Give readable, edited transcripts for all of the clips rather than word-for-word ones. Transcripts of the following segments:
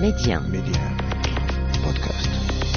Média بودكاست.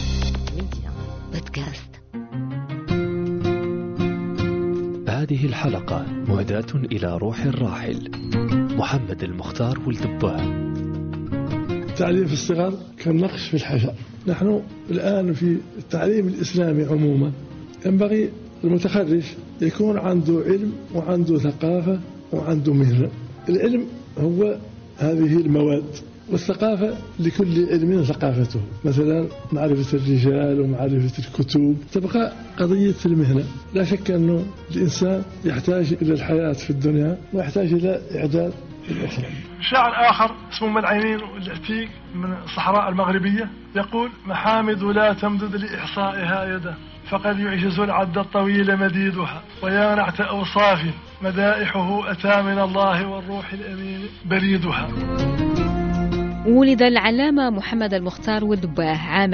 هذه الحلقة مهداة إلى روح الراحل محمد المختار والدباه. التعليم في الصغر كالنقش في الحجر. نحن الآن في التعليم الإسلامي عموما ينبغي المتخرج يكون عنده علم وعنده ثقافة وعنده مهنة. العلم هو هذه المواد، والثقافة لكل علم ثقافته، مثلا معرفة الرجال ومعرفة الكتب. تبقى قضية المهنة. لا شك أنه الإنسان يحتاج إلى الحياة في الدنيا ويحتاج إلى إعداد الأخرى. شاعر آخر اسمه من عينين والعتيق من الصحراء المغربية يقول: محامد لا تمدد لإحصائها يده، فقد يعجز العد الطويل مديدها، ويا نعت أوصاف مدائحه أتى من الله والروح الأمين بريدها. ولد العلامة محمد المختار والدباه عام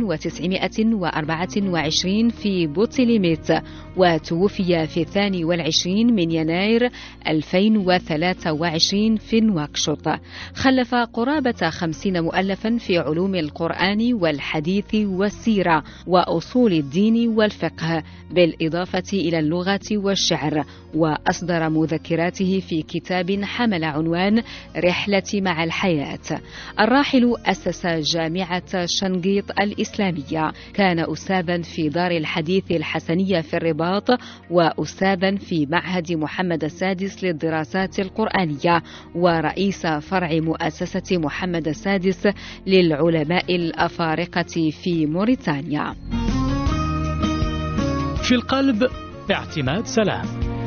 1924 في بوتسليميت، وتوفي في 22 من يناير 2023 في نواكشوط. خلف قرابة 50 مؤلفا في علوم القرآن والحديث والسيرة وأصول الدين والفقه، بالإضافة إلى اللغة والشعر، وأصدر مذكراته في كتاب حمل عنوان رحلة مع الحياة. الراحل أسس جامعة شنقيط الإسلامية، كان أستاذا في دار الحديث الحسنية في الرباط، وأستاذا في معهد محمد السادس للدراسات القرآنية، ورئيس فرع مؤسسة محمد السادس للعلماء الأفارقة في موريتانيا. في القلب اعتماد سلام.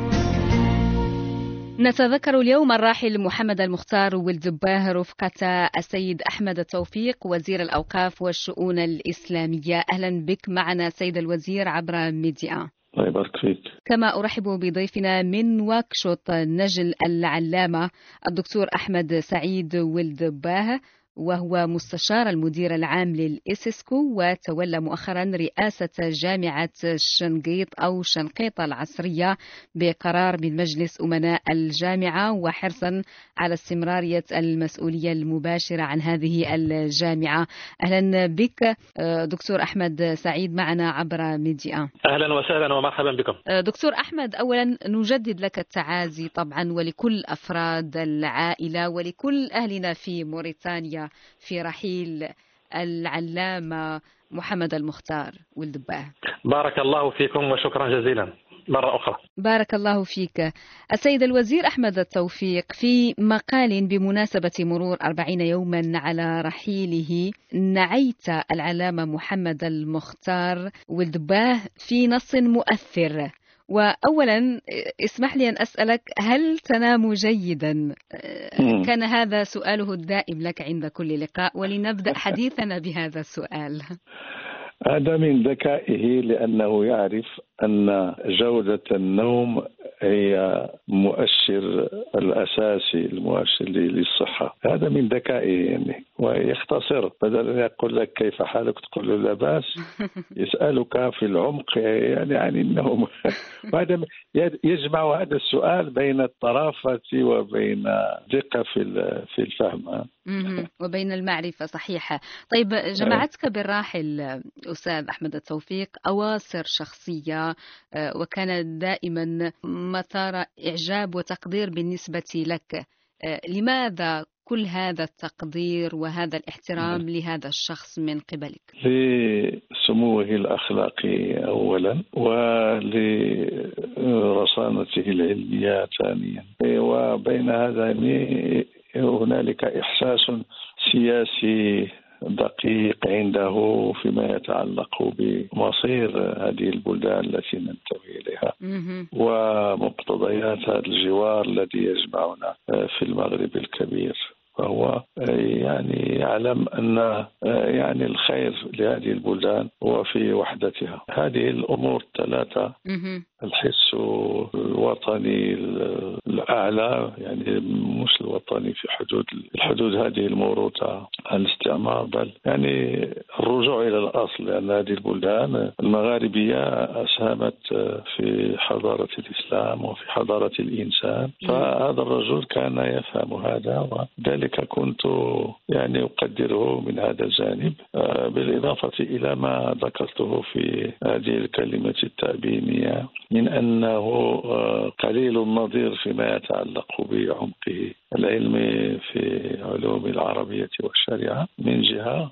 نتذكر اليوم الراحل محمد المختار والدباه رفقة السيد أحمد التوفيق وزير الأوقاف والشؤون الإسلامية. أهلا بك معنا سيد الوزير عبر ميديا. الله يبارك فيك. كما أرحب بضيفنا من واكشوط نجل العلامة الدكتور أحمد سعيد والدباه، وهو مستشار المدير العام للإسسكو، وتولى مؤخرا رئاسة جامعة شنقيط أو شنقيط العصرية بقرار من مجلس أمناء الجامعة، وحرصا على استمرارية المسؤولية المباشرة عن هذه الجامعة. أهلا بك دكتور أحمد سعيد معنا عبر ميديا. أهلا وسهلا ومرحبا بكم. دكتور أحمد، أولا نجدد لك التعازي طبعا ولكل أفراد العائلة ولكل أهلنا في موريتانيا في رحيل العلامة محمد المختار والدباه. بارك الله فيكم وشكرا جزيلا مرة أخرى. بارك الله فيك. السيد الوزير أحمد التوفيق، في مقال بمناسبة مرور 40 يوما على رحيله نعيت العلامة محمد المختار والدباه في نص مؤثر. وأولا اسمح لي أن أسألك، هل تنام جيدا؟ كان هذا سؤاله الدائم لك عند كل لقاء، ولنبدأ حديثنا بهذا السؤال. هذا من ذكائه، لأنه يعرف أن جودة النوم هي مؤشر الأساسي، المؤشر للصحة. هذا من ذكائه يعني، ويختصر بدل أن يقول لك كيف حالك تقول له لا بأس، يسألك في العمق يعني عن النوم. وهذا يجمع هذا السؤال بين الطرافة وبين دقة في الفهم وبين المعرفة. صحيحة. طيب، جمعتك بالراحل أستاذ أحمد التوفيق أواصر شخصية، وكان دائما مثار إعجاب وتقدير بالنسبة لك. لماذا كل هذا التقدير وهذا الاحترام لهذا الشخص من قبلك؟ لسموه الأخلاقي أولا، ولرصانته العلمية ثانيا، وبين هذا هنالك إحساس سياسي دقيق عنده فيما يتعلق بمصير هذه البلدان التي ننتمي إليها ومقتضيات هذا الجوار الذي يجمعنا في المغرب الكبير. فهو يعني يعلم أن يعني الخير لهذه البلدان هو في وحدتها. هذه الأمور الثلاثة، الحس الوطني الأعلى، يعني مش الوطني في الحدود هذه الموروثة الاستعمار، بل يعني الرجوع إلى الأصل، لأن هذه البلدان المغاربية أسهمت في حضارة الإسلام وفي حضارة الإنسان. فهذا الرجل كان يفهم هذا، وذلك لذلك كنت يعني أقدره من هذا الجانب، بالإضافة إلى ما ذكرته في هذه الكلمة التأبينية من أنه قليل النظير فيما يتعلق بعمقه العلمي في علوم العربية والشريعة من جهة،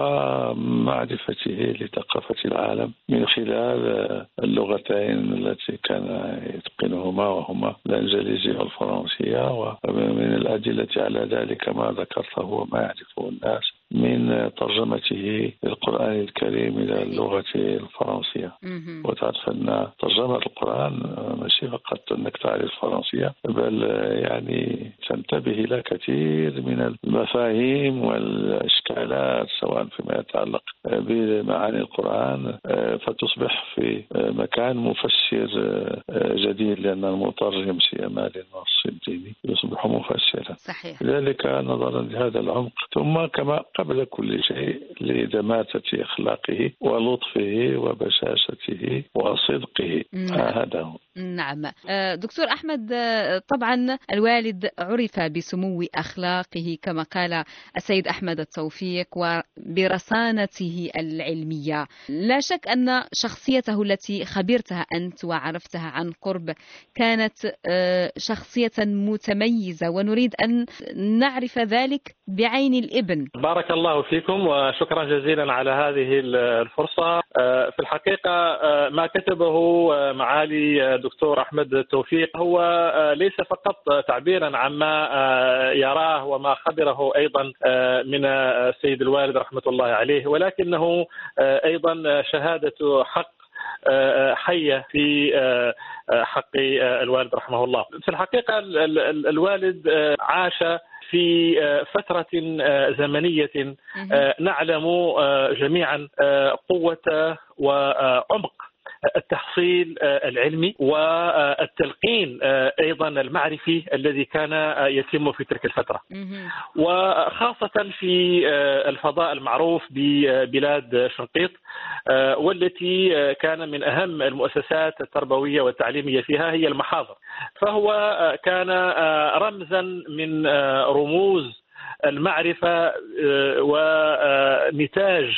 ومعرفته لثقافة العالم من خلال اللغتين التي كان يتقنهما وهما الإنجليزية والفرنسية. ومن الأدلة على ذلك ما ذكرته وما يعرفه الناس من ترجمته للقرآن الكريم إلى اللغة الفرنسية. وتعرف أن ترجمة القرآن ماشي فقط أنك تعرف الفرنسية، بل يعني تنتبه إلى كثير من المفاهيم والإشكالات سواء فيما يتعلق بمعاني القرآن، فتصبح في مكان مفسر جديد، لأن المترجم سيما للنص الديني يصبح مفسرا. صحيح. لذلك نظرا لهذا العمق، ثم كما قبل كل شيء لدماثة أخلاقه ولطفه وبشاشته وصدقه. هذا هو. نعم دكتور أحمد، طبعا الوالد عرف بسمو أخلاقه كما قال السيد أحمد التوفيق وبرصانته العلمية. لا شك أن شخصيته التي خبرتها أنت وعرفتها عن قرب كانت شخصية متميزة، ونريد أن نعرف ذلك بعين الابن. بارك الله فيكم وشكرا جزيلا على هذه الفرصة. في الحقيقة ما كتبه معالي دكتور أحمد التوفيق هو ليس فقط تعبيرا عما يراه وما خبره أيضا من السيد الوالد رحمة الله عليه، ولكنه أيضا شهادة حق حية في حق الوالد رحمه الله. في الحقيقة الوالد عاش في فترة زمنية نعلم جميعا قوة وعمق التحصيل العلمي والتلقين أيضا المعرفي الذي كان يتم في تلك الفترة، وخاصة في الفضاء المعروف ببلاد شنقيط، والتي كان من أهم المؤسسات التربوية والتعليمية فيها هي المحاضر. فهو كان رمزا من رموز المعرفة ونتاج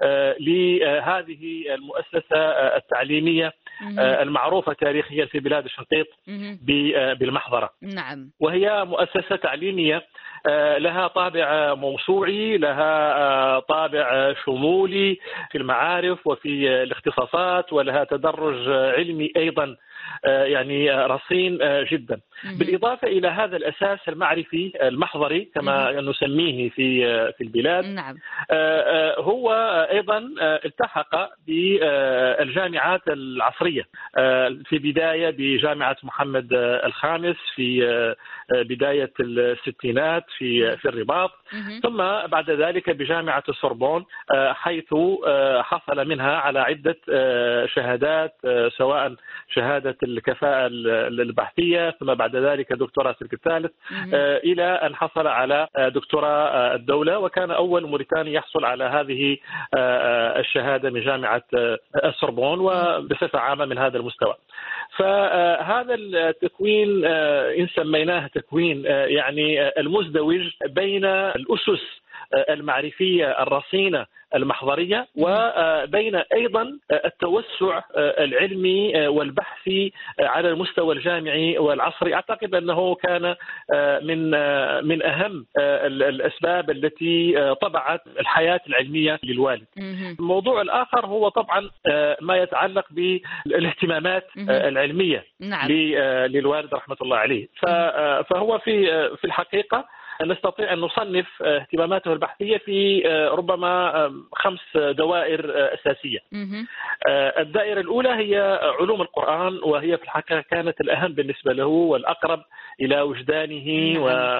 لهذه المؤسسة التعليمية المعروفة تاريخيا في بلاد الشنقيط بالمحضرة. نعم. وهي مؤسسة تعليمية لها طابع موسوعي، لها طابع شمولي في المعارف وفي الاختصاصات، ولها تدرج علمي أيضا يعني رصين جدا، بالإضافة إلى هذا الأساس المعرفي المحضري كما نسميه في البلاد. نعم. هو أيضا التحق بالجامعات العصرية، في بداية بجامعة محمد الخامس في بداية الستينات في الرباط، ثم بعد ذلك بجامعة السوربون، حيث حصل منها على عدة شهادات، سواء شهادة الكفاءة البحثية، ثم بعد ذلك دكتوراه السلك الثالث، إلى أن حصل على دكتوراه الدولة، وكان أول موريتاني يحصل على هذه الشهادة من جامعة السوربون، وبصفة عامة من هذا المستوى. فهذا التكوين إن سميناه تكوين يعني المزدوج بين الأسس المعرفية الرصينة المحضرية وبين أيضا التوسع العلمي والبحثي على المستوى الجامعي والعصري. أعتقد أنه كان من أهم الأسباب التي طبعت الحياة العلمية للوالد. الموضوع الآخر هو طبعا ما يتعلق بالاهتمامات العلمية للوالد رحمة الله عليه. فهو في الحقيقة نستطيع أن نصنف اهتماماته البحثية في ربما 5 دوائر أساسية. الدائرة الأولى هي علوم القرآن، وهي في الحقيقة كانت الأهم بالنسبة له والأقرب إلى وجدانه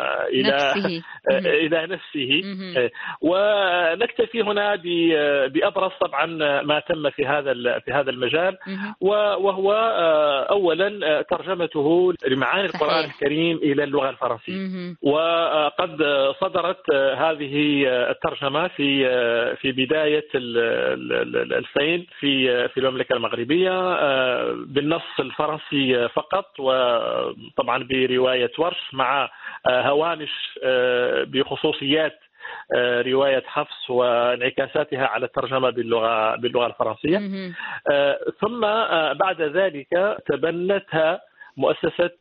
وإلى نفسه. ونكتفي هنا بأبرز طبعا ما تم في هذا المجال، وهو أولا ترجمته لمعاني القرآن الكريم إلى اللغة الفرنسية، وقد صدرت هذه الترجمة في بداية 2000 في المملكة المغربية بالنص الفرنسي فقط، وطبعا برواية ورش مع هوامش بخصوصيات رواية حفص وانعكاساتها على الترجمة باللغة الفرنسية. ثم بعد ذلك تبنتها مؤسسة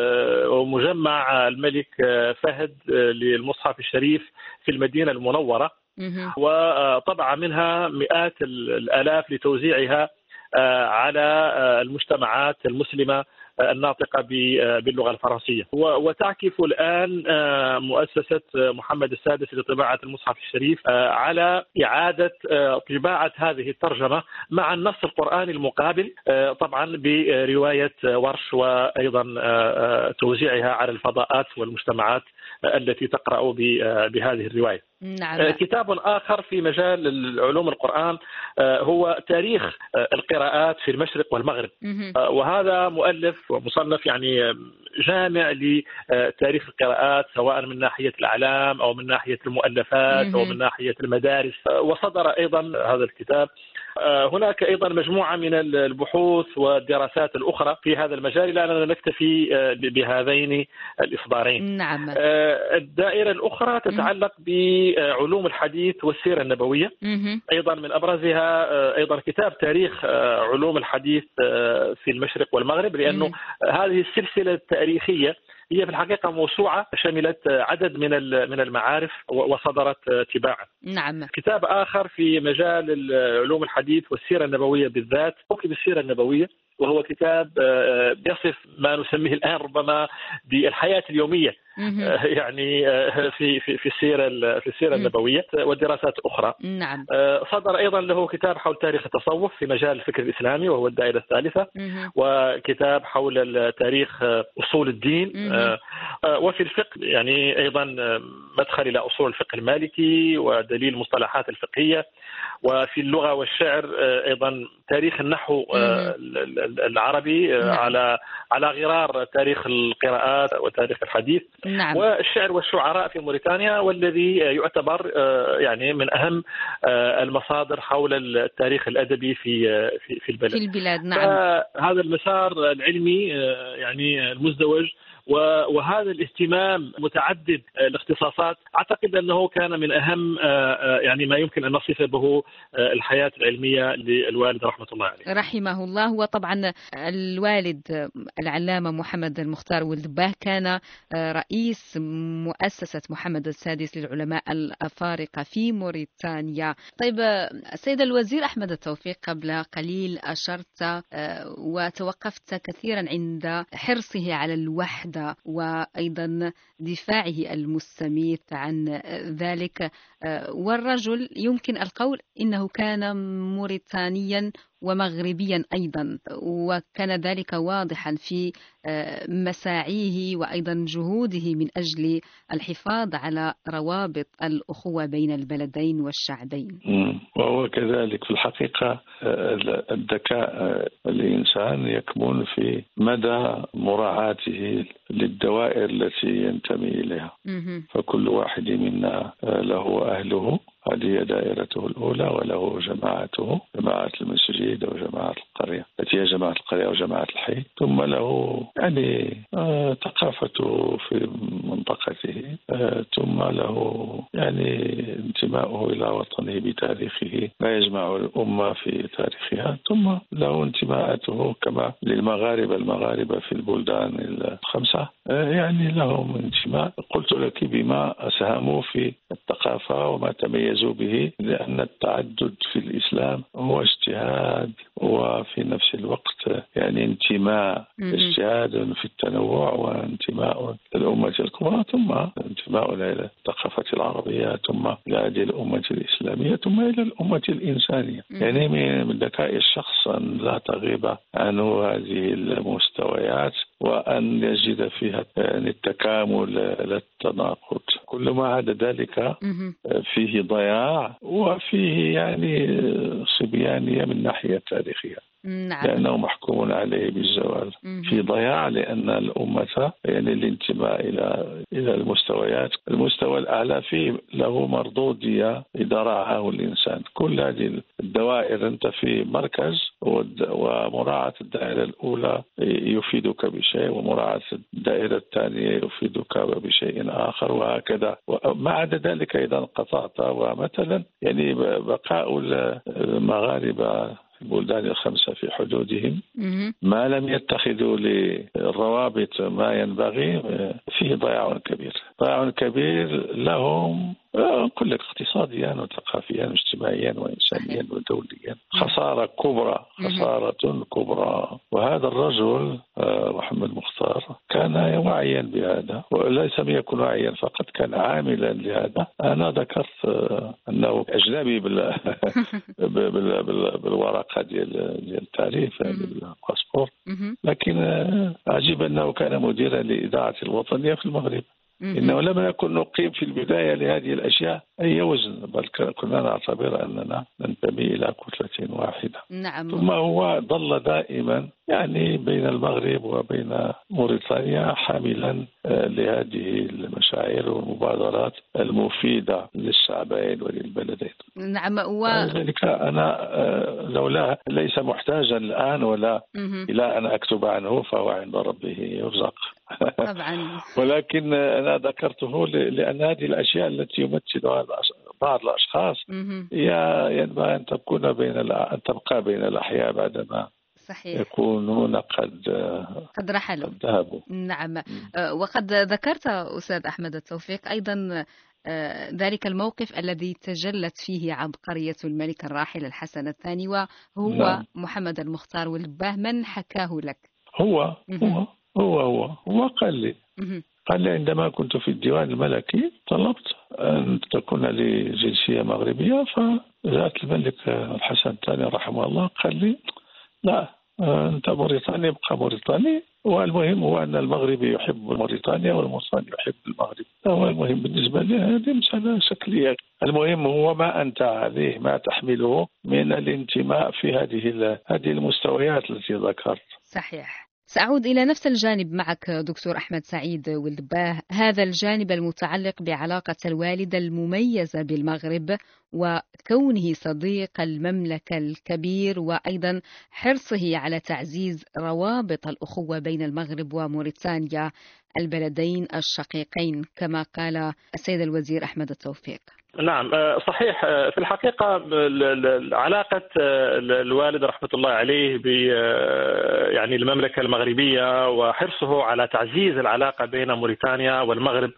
ومجمع الملك فهد للمصحف الشريف في المدينة المنورة، وطبع منها مئات الآلاف لتوزيعها على المجتمعات المسلمة الناطقة باللغة الفرنسية. وتعكف الآن مؤسسة محمد السادس لطباعة المصحف الشريف على إعادة طباعة هذه الترجمة مع النص القرآني المقابل، طبعا برواية ورش، وأيضا توزيعها على الفضاءات والمجتمعات التي تقرأ بهذه الرواية. نعم. كتاب آخر في مجال علوم القرآن هو تاريخ القراءات في المشرق والمغرب، وهذا مؤلف ومصنف يعني جامع لتاريخ القراءات، سواء من ناحية الأعلام أو من ناحية المؤلفات أو من ناحية المدارس. وصدر أيضا هذا الكتاب. هناك أيضا مجموعة من البحوث والدراسات الأخرى في هذا المجال، لأننا نكتفي بهذين الإصدارين. نعم. الدائرة الأخرى تتعلق بعلوم الحديث والسيرة النبوية، أيضا من أبرزها أيضا كتاب تاريخ علوم الحديث في المشرق والمغرب، لأنه هذه السلسلة التاريخية هي في الحقيقة موسوعة شملت عدد من المعارف وصدرت تباعا. نعم. كتاب آخر في مجال علوم الحديث والسيرة النبوية بالذات، حكم السيرة النبوية، وهو كتاب يصف ما نسميه الآن ربما بالحياة اليومية، يعني في السيرة النبوية والدراسات الأخرى. نعم. صدر أيضا له كتاب حول تاريخ التصوف في مجال الفكر الإسلامي وهو الدائرة الثالثة، وكتاب حول تاريخ أصول الدين، وفي الفقه يعني أيضا مدخل إلى أصول الفقه المالكي ودليل المصطلحات الفقهية، وفي اللغة والشعر أيضا تاريخ النحو العربي على غرار تاريخ القراءات وتاريخ الحديث. نعم. والشعر والشعراء في موريتانيا، والذي يعتبر يعني من أهم المصادر حول التاريخ الأدبي في البلاد. نعم. هذا المسار العلمي يعني المزدوج وهذا الاهتمام متعدد الاختصاصات، أعتقد أنه كان من أهم يعني ما يمكن أن نصف به الحياة العلمية للوالد رحمة الله عليه. رحمه الله. وطبعا الوالد العلامة محمد المختار ولدباه كان رئيس مؤسسة محمد السادس للعلماء الأفارقة في موريتانيا. طيب السيد الوزير أحمد التوفيق، قبل قليل أشرت وتوقفت كثيرا عند حرصه على الوحدة وأيضا دفاعه المستميت عن ذلك، والرجل يمكن القول إنه كان موريتانيا ومغربيا أيضا، وكان ذلك واضحا في مساعيه وأيضا جهوده من أجل الحفاظ على روابط الأخوة بين البلدين والشعبين. وهو كذلك في الحقيقة. الذكاء الإنسان يكمن في مدى مراعاته للدوائر التي ينتمي إليها، فكل واحد منا له أهله، هذه دائرته الأولى، وله جماعته، جماعة المسجد وجماعة القرية التي هي جماعة القرية وجماعة الحي، ثم له يعني ثقافته في منطقته، ثم له يعني انتماؤه إلى وطنه بتاريخه ما يجمع الأمة في تاريخها، ثم له انتماءاته كما المغاربة في البلدان الخمسة، يعني لهم انتماء قلت لك بما أسهموا في الثقافة وما تميزوا به، لأن التعدد في الإسلام هو اجتهاد وفي نفس الوقت يعني انتماء، اجتهاد في التنوع وانتماء للأمة الكبرى، ثم انتماء إلى الثقافة العربية، ثم إلى هذه الأمة الإسلامية، ثم إلى الأمة الإنسانية. يعني من ذكاء الشخص أن لا تغيب عنه هذه المستويات، وأن يجد فيها التكامل تناقض. كل ما عدا ذلك فيه ضياع وفيه يعني صبيانية من ناحية تاريخية. نعم. لأنه محكوم عليه بالزوال. في ضياع لأن الأمة يعني الانتماء إلى المستويات، المستوى الأعلى فيه له مردودية إذا رعاه الإنسان. كل هذه الدوائر أنت في مركز، ومراعاة الدائرة الأولى يفيدك بشيء، ومراعاة الدائرة الثانية يفيدك بشيء آخر، وهكذا. ما عدا ذلك إذا انقطعت، ومثلا يعني بقاء المغاربة البلدان الخمسة في حدودهم ما لم يتخذوا للروابط ما ينبغي، فيه ضياع كبير. ضياع كبير لهم كل اقتصاديا وثقافيا واجتماعيا وإنسانيا ودوليا. خسارة كبرى، خسارة كبرى. وهذا الرجل محمد مختار كان واعيا بهذا، وليس يكون واعيا فقط، كان عاملا لهذا. أنا ذكرت أنه أجنبي بالورقة ديال التعريف بالباسبور، لكن عجيب أنه كان مديرا لإذاعة الوطنية في المغرب. إنه لم يكن نقيم في البداية لهذه الأشياء أي وزن، بل كنا نعتبر أننا ننتمي إلى كتلة واحدة. نعم. ثم هو ظل دائما يعني بين المغرب وبين موريتانيا حاملا لهذه المشاعر والمبادرات المفيدة للشعبين وللبلدين. نعم. لذلك أنا لولا ليس محتاجا الآن ولا إلى أن أكتب عنه، فهو عند ربه يرزق طبعا. ولكن أنا ذكرته لأن هذه الأشياء التي يمثلها بعض الأشخاص ينبغي أن تبقى بين الأحياء بعدما صحيح. يكونون قد رحلوا. ذهبوا. نعم. وقد ذكرت أستاذ أحمد التوفيق أيضا ذلك الموقف الذي تجلت فيه عبقرية الملك الراحل الحسن الثاني، وهو نعم. محمد المختار والدباه. من حكاه لك؟ هو قال لي عندما كنت في الديوان الملكي طلبت أن تكون لي جنسية مغربية، فجاءت الملك الحسن الثاني رحمه الله قال لي لا، أنت موريتاني، ابقى موريتاني، والمهم هو أن المغربي يحب موريتانيا والموريتاني يحب المغرب. هو المهم بالنسبة لي، هذه مسألة شكلية. المهم هو ما أنت عليه، ما تحمله من الانتماء في هذه المستويات التي ذكرت. صحيح. سأعود إلى نفس الجانب معك دكتور أحمد سعيد والدباه، هذا الجانب المتعلق بعلاقة الوالدة المميزة بالمغرب وكونه صديق المملكة الكبير، وأيضا حرصه على تعزيز روابط الأخوة بين المغرب وموريتانيا البلدين الشقيقين كما قال السيد الوزير أحمد التوفيق. نعم صحيح. في الحقيقة علاقة الوالد رحمة الله عليه ب يعني المملكة المغربية وحرصه على تعزيز العلاقة بين موريتانيا والمغرب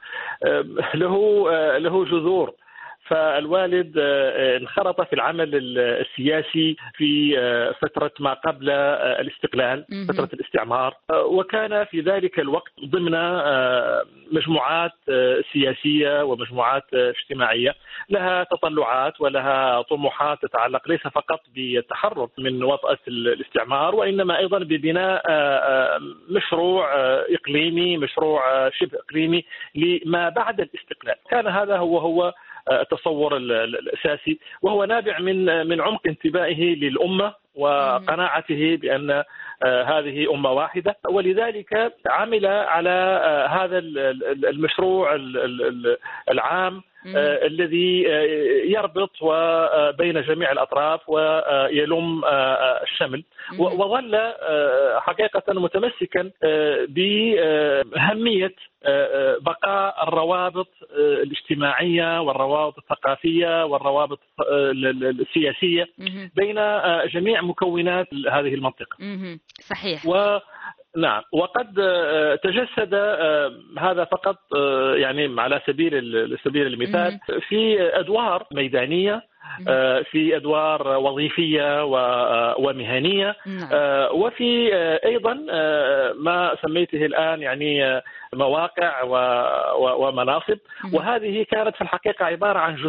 له جذور. فالوالد انخرط في العمل السياسي في فترة ما قبل الاستقلال، فترة الاستعمار، وكان في ذلك الوقت ضمن مجموعات سياسية ومجموعات اجتماعية لها تطلعات ولها طموحات تتعلق ليس فقط بالتحرر من وطأة الاستعمار، وإنما أيضا ببناء مشروع إقليمي، مشروع شبه إقليمي لما بعد الاستقلال. كان هذا هو التصور الأساسي، وهو نابع من عمق انتباهه للأمة وقناعته بأن هذه أمة واحدة، ولذلك عمل على هذا المشروع العام الذي يربط بين جميع الأطراف ويلم الشمل، وظل حقيقة متمسكا بأهمية بقاء الروابط الاجتماعية والروابط الثقافية والروابط السياسية بين جميع مكونات هذه المنطقة. صحيح. نعم. وقد تجسد هذا فقط يعني على سبيل المثال في أدوار ميدانية، في أدوار وظيفية ومهنية، وفي أيضا ما سميته الآن يعني مواقع ومناصب. وهذه كانت في الحقيقة عبارة عن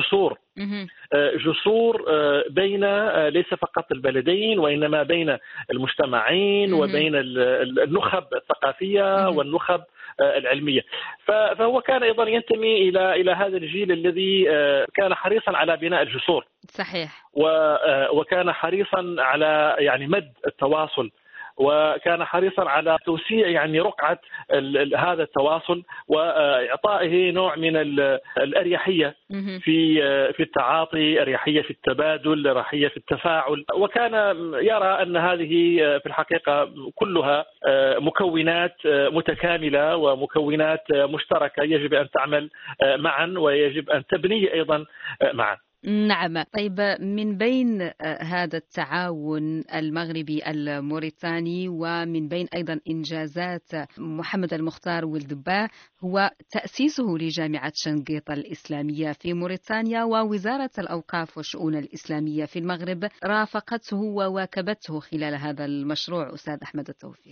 جسور بين ليس فقط البلدين وإنما بين المجتمعين وبين النخب الثقافية والنخب العلمية. فهو كان أيضا ينتمي إلى هذا الجيل الذي كان حريصا على بناء الجسور. صحيح. وكان حريصا على يعني مد التواصل، وكان حريصا على توسيع يعني رقعة هذا التواصل وإعطائه نوع من الأريحية في التعاطي، أريحية في التبادل، أريحية في التفاعل. وكان يرى أن هذه في الحقيقة كلها مكونات متكاملة ومكونات مشتركة يجب أن تعمل معا ويجب أن تبني أيضا معا. نعم. طيب، من بين هذا التعاون المغربي الموريتاني ومن بين أيضا إنجازات محمد المختار والدباه هو تأسيسه لجامعة شنقيط الإسلامية في موريتانيا، ووزارة الأوقاف والشؤون الإسلامية في المغرب رافقته وواكبته خلال هذا المشروع. أستاذ أحمد التوفيق.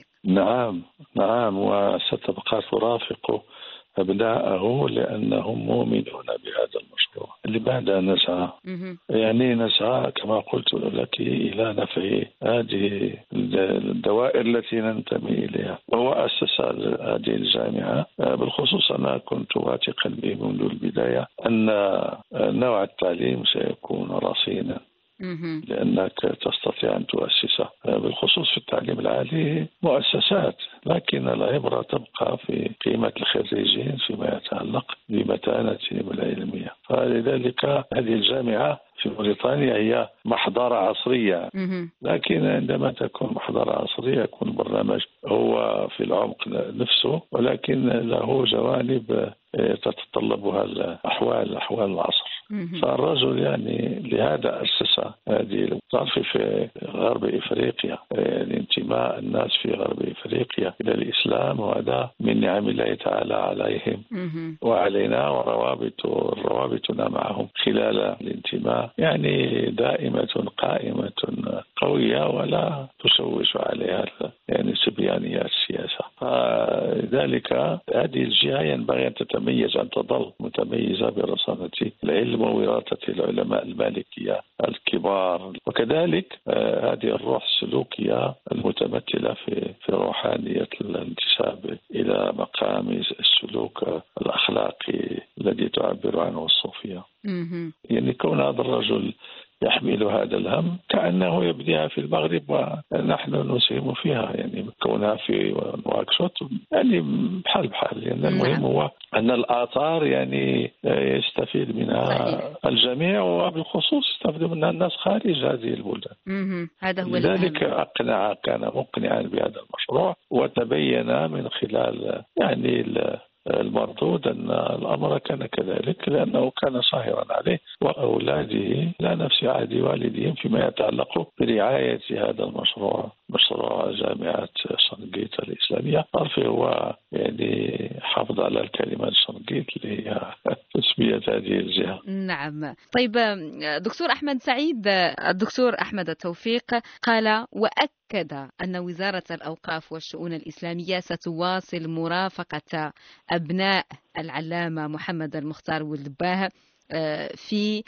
نعم وستبقى ترافقه أبناءه لأنهم مؤمنون بهذا المشروع. لماذا نسعى؟ يعني نسعى كما قلت لك إلى نفع هذه الدوائر التي ننتمي إليها. وهو أسس هذه الجامعة بالخصوص أنا كنت واثقا به منذ البداية أن نوع التعليم سيكون رصينا، لأنك تستطيع أن تؤسس بالخصوص في التعليم العالي مؤسسات، لكن العبرة تبقى في قيمة الخريجين فيما يتعلق بمتانتهم العلمية. فلذلك هذه الجامعة في موريتانيا هي محضرة عصرية، لكن عندما تكون محضرة عصرية يكون البرنامج هو في العمق نفسه، ولكن له جوانب تتطلبها الأحوال العصر. فالرجل يعني لهذا أسس هذه تعرفي في غرب إفريقيا، يعني انتماء الناس في غرب إفريقيا إلى الإسلام، وهذا من نعم الله تعالى عليهم وعلينا، وروابطنا معهم خلال الانتماء يعني دائمة قائمة قوية ولا تشوش عليها يعني سبيانيات السياسة. فذلك هذه الجهة ينبغي أن تتميز، أن تظل متميزة برصانة العلم ووراثة العلماء المالكية الكبار، وكذلك هذه الروح السلوكية المتمثلة في روحانية الانتساب إلى مقام السلوك الأخلاقي الذي تعبر عنه الصوفية. يعني كون هذا الرجل يحمل هذا الهم كأنه يبديها في المغرب ونحن نسهم فيها، يعني كونها في نواكشوط يعني بحال يعني المهم هو أن الآثار يعني يستفيد منها الجميع، وبالخصوص يستفيد منها الناس خارج هذه البلدان. هذا هو لذلك كان مقنعا بهذا المشروع، وتبين من خلال يعني المردود أن الأمر كان كذلك، لأنه كان صاهرا عليه وأولاده لا نفس عهد والدهم فيما يتعلق برعاية هذا المشروع، مشروع جامعة شنقيط الإسلامية. هو يعني حافظ على الكلمة شنقيط اللي هي تسمية هذه الجهة. نعم. طيب دكتور أحمد سعيد، الدكتور أحمد التوفيق قال وأكد أن وزارة الأوقاف والشؤون الإسلامية ستواصل مرافقة أبناء العلامة محمد المختار والدباه في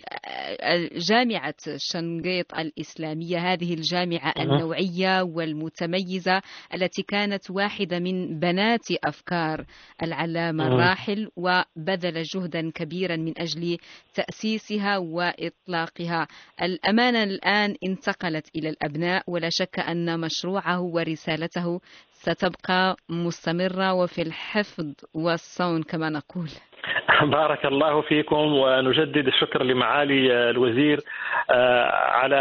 جامعة شنقيط الإسلامية، هذه الجامعة النوعية والمتميزة التي كانت واحدة من بنات أفكار العلامة الراحل، وبذل جهدا كبيرا من أجل تأسيسها وإطلاقها. الأمانة الآن انتقلت إلى الأبناء، ولا شك أن مشروعه ورسالته ستبقى مستمرة وفي الحفظ والصون كما نقول. بارك الله فيكم، ونجدد الشكر لمعالي الوزير على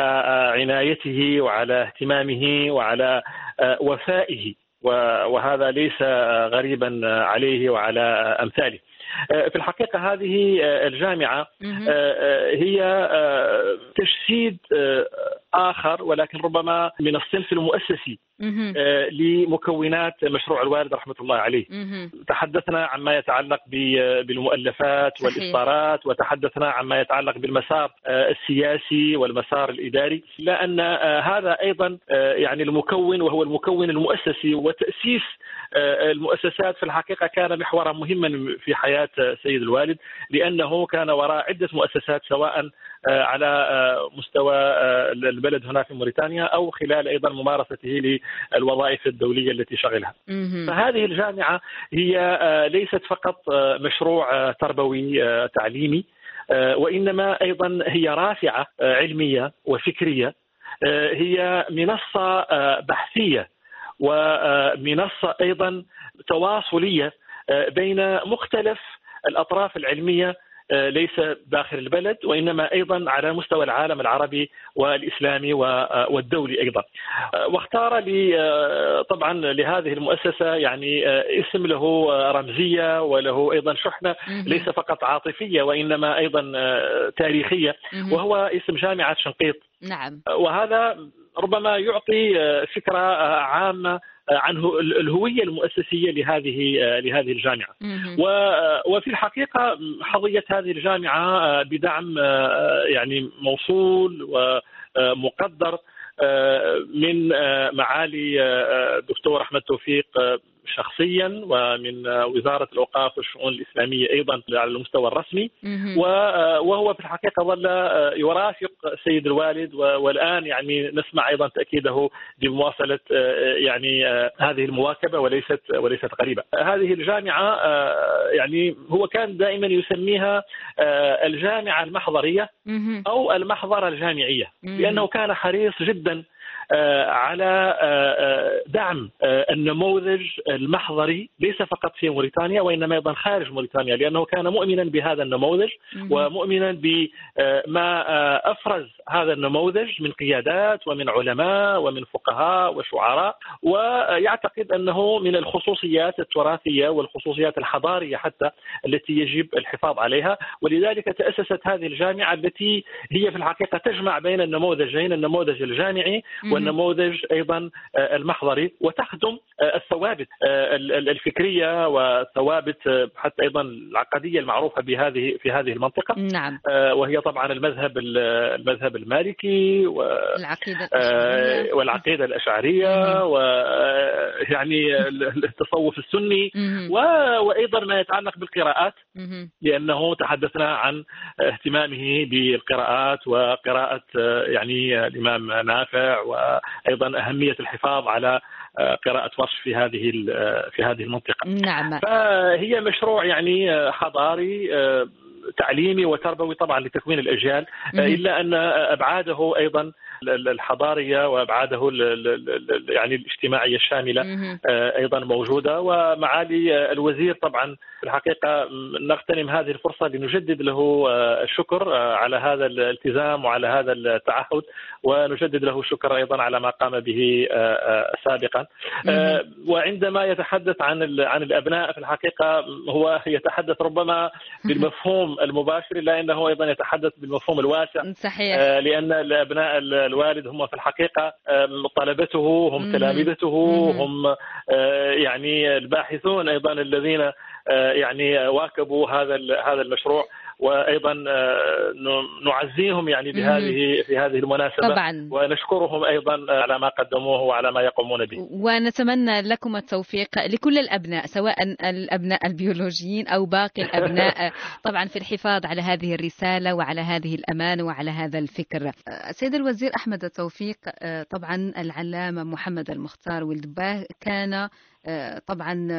عنايته وعلى اهتمامه وعلى وفائه، وهذا ليس غريبا عليه وعلى أمثاله. في الحقيقة هذه الجامعة هي تجسيد آخر، ولكن ربما من الصنف المؤسسي لمكونات مشروع الوالد رحمة الله عليه. تحدثنا عما يتعلق بالمؤلفات والإصدارات، وتحدثنا عما يتعلق بالمسار السياسي والمسار الإداري، لأن هذا أيضا يعني المكون، وهو المكون المؤسسي، وتأسيس المؤسسات في الحقيقة كان محورا مهما في حياة سيد الوالد، لأنه كان وراء عدة مؤسسات سواء على مستوى البلد هنا في موريتانيا أو خلال أيضا ممارسته للوظائف الدولية التي شغلها. فهذه الجامعة هي ليست فقط مشروع تربوي تعليمي، وإنما أيضا هي رافعة علمية وفكرية، هي منصة بحثية ومنصة أيضا تواصلية بين مختلف الأطراف العلمية، ليس داخل البلد وإنما أيضا على مستوى العالم العربي والإسلامي والدولي أيضا. واختار لي طبعا لهذه المؤسسة يعني اسم له رمزية وله أيضا شحنة ليس فقط عاطفية وإنما أيضا تاريخية، وهو اسم جامعة شنقيط. نعم. وهذا ربما يعطي فكرة عامة عن الهوية المؤسسية لهذه الجامعة. وفي الحقيقة حظيت هذه الجامعة بدعم يعني موصول ومقدر من معالي الدكتور أحمد توفيق شخصيا، ومن وزارة الأوقاف والشؤون الإسلامية أيضا على المستوى الرسمي، وهو في الحقيقة ظل يرافق سيد الوالد، والآن يعني نسمع أيضا تأكيده بمواصلة يعني هذه المواكبة وليست غريبة. هذه الجامعة يعني هو كان دائما يسميها الجامعة المحضرية أو المحضرة الجامعية، لأنه كان حريص جدا على دعم النموذج المحضري ليس فقط في موريتانيا وإنما أيضا خارج موريتانيا، لأنه كان مؤمنا بهذا النموذج ومؤمنا بما أفرز هذا النموذج من قيادات ومن علماء ومن فقهاء وشعراء، ويعتقد أنه من الخصوصيات التراثية والخصوصيات الحضارية حتى التي يجب الحفاظ عليها. ولذلك تأسست هذه الجامعة التي هي في الحقيقة تجمع بين النموذجين، النموذج الجامعي والنموذج أيضا المحضري، وتخدم الثوابت الفكرية وثوابت حتى أيضا العقدية المعروفة في هذه المنطقة. نعم. وهي طبعا المذهب المالكي والعقيدة الأشعرية ويعني التصوف السني، وأيضا ما يتعلق بالقراءات، لأنه تحدثنا عن اهتمامه بالقراءات وقراءة يعني الإمام نافع، وأيضا أهمية الحفاظ على قراءة ورش في هذه المنطقة. نعم. فهي مشروع يعني حضاري تعليمي وتربوي طبعا لتكوين الأجيال، إلا أن أبعاده أيضا الحضارية وأبعاده يعني الاجتماعية الشاملة أيضا موجودة. ومعالي الوزير طبعا في الحقيقة نغتنم هذه الفرصة لنجدد له الشكر على هذا الالتزام وعلى هذا التعهد، ونجدد له الشكر أيضا على ما قام به سابقا. وعندما يتحدث عن الأبناء في الحقيقة هو يتحدث ربما بالمفهوم المباشر، إلا أنه أيضا يتحدث بالمفهوم الواسع. صحيح. لأن الأبناء الوالد هم في الحقيقة طلبته، هم تلامذته، هم يعني الباحثون أيضا الذين يعني واكبوا هذا المشروع، وأيضا نعزيهم يعني في هذه المناسبة طبعا. ونشكرهم أيضا على ما قدموه وعلى ما يقومون به. ونتمنى لكم التوفيق لكل الأبناء، سواء الأبناء البيولوجيين أو باقي الأبناء طبعا في الحفاظ على هذه الرسالة وعلى هذه الأمانة وعلى هذا الفكر. سيد الوزير أحمد التوفيق، طبعا العلامة محمد المختار والدباه كان طبعا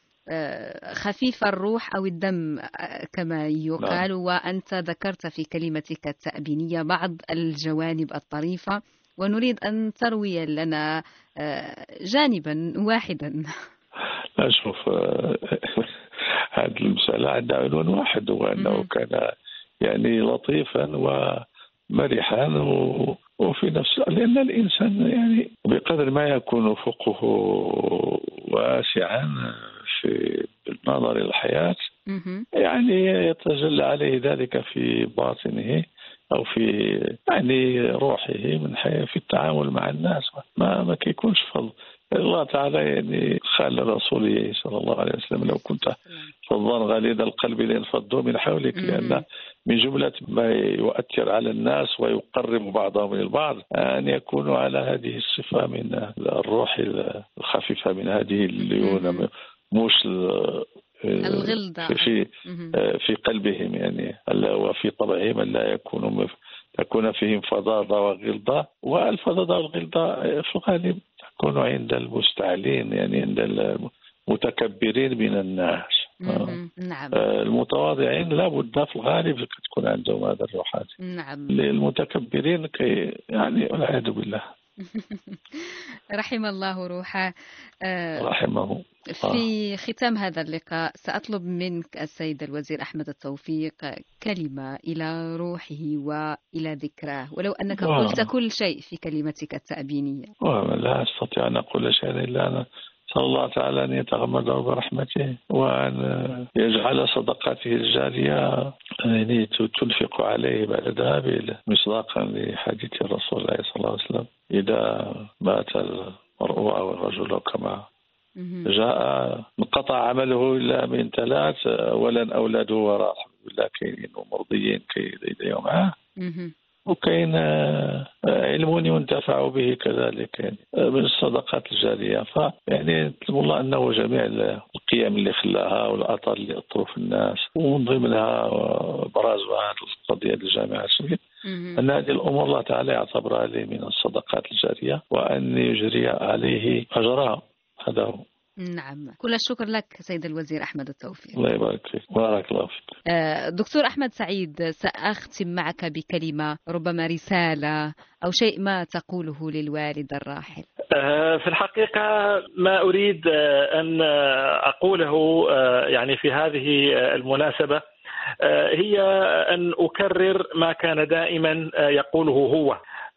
خفيف الروح أو الدم كما يقال، وأنت ذكرت في كلمتك التأبينية بعض الجوانب الطريفة، ونريد أن تروي لنا جانبا واحدا. لا، شوف، هذه المسألة عندها عنوان واحد، هو أنه كان يعني لطيفا ومرحا وفي نفس، لأن الإنسان يعني بقدر ما يكون افقه واسعا في النظر إلى الحياة يعني يتجلى عليه ذلك في باطنه أو في يعني روحه من حيث في التعامل مع الناس. ما كيكونش فضل الله تعالى يعني قال رسوله صلى الله عليه وسلم: لو كنت فظا غليظ القلب لانفضوا من حولك. لأن من جملة ما يؤثر على الناس ويقرب بعضهم من البعض أن يكونوا على هذه الصفة من الروح الخفيفة، من هذه الليونة، مش الغلظة في قلبهم يعني، وفي طبعهم أن لا يكونوا يكون فيهم فظاظة وغلظة، والفظاظة والغلظة في الغالب تكون عند المستعلين، يعني عند المتكبرين من الناس. نعم. المتواضعين لا بد في الغالب تكون عندهم هذا الروح. نعم. للمتكبرين يعني والعياذ بالله. رحم الله روحه. رحمه. في ختام هذا اللقاء سأطلب منك السيد الوزير أحمد التوفيق كلمة إلى روحه وإلى ذكراه، ولو أنك قلت كل شيء في كلمتك التأبينية. لا أستطيع أن أقول شيئا إلا أنا صلى الله تعالى أن يتغمده برحمته، وأن يجعل صدقاته الجارية يعني تنفق عليه بعد ذهابه، مصداقا لحديث الرسول الله صلى الله عليه وسلم: إذا مات المرء أو الرجل كما جاء انقطع عمله إلا من ثلاث: أولا أولاده وراء الله كاينين ومرضيين كي يديهم معاه، وكاين علم ينتفع به كذلك يعني من الصدقات الجارية. فيعني نطلب الله أنه جميع القيم اللي خلاها والأثر اللي أثروا في الناس، ومن ضمنها برازها هذه القضية الجامعة الشريف، أن هذه الأمور الله تعالى يعتبرها لي من الصدقات الجارية، وأن يجري عليه أجرها. هذا هو. نعم، كل الشكر لك سيد الوزير أحمد التوفيق. الله يبارك فيك. بارك الله فيك. دكتور أحمد سعيد، سأختم معك بكلمة، ربما رسالة أو شيء ما تقوله للوالد الراحل. في الحقيقة ما أريد أن أقوله يعني في هذه المناسبة هي أن أكرر ما كان دائما يقوله هو،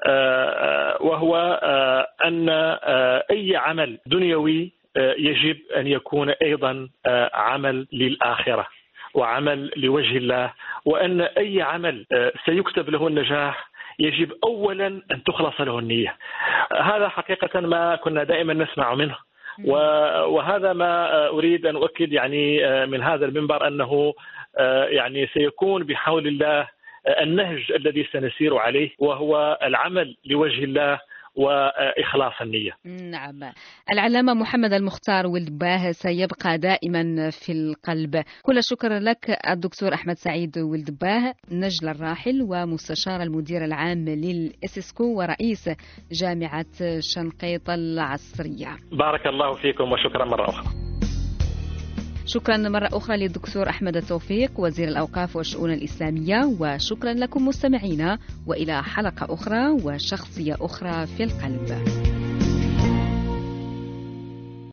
وهو أن أي عمل دنيوي يجب أن يكون أيضا عمل للآخرة وعمل لوجه الله، وأن أي عمل سيكتب له النجاح يجب أولا أن تخلص له النية. هذا حقيقة ما كنا دائما نسمع منه، وهذا ما أريد أن أؤكد يعني من هذا المنبر، أنه يعني سيكون بحول الله النهج الذي سنسير عليه، وهو العمل لوجه الله وإخلاص النية. نعم، العلامة محمد المختار ولد باه سيبقى دائما في القلب. كل الشكر لك الدكتور أحمد سعيد ولد باه، نجل الراحل ومستشار المدير العام للإسسكو ورئيس جامعة شنقيط العصرية. بارك الله فيكم وشكرا مرة أخرى. شكرا مرة أخرى للدكتور أحمد التوفيق وزير الأوقاف والشؤون الإسلامية، وشكرا لكم مستمعينا، وإلى حلقة أخرى وشخصية أخرى في القلب.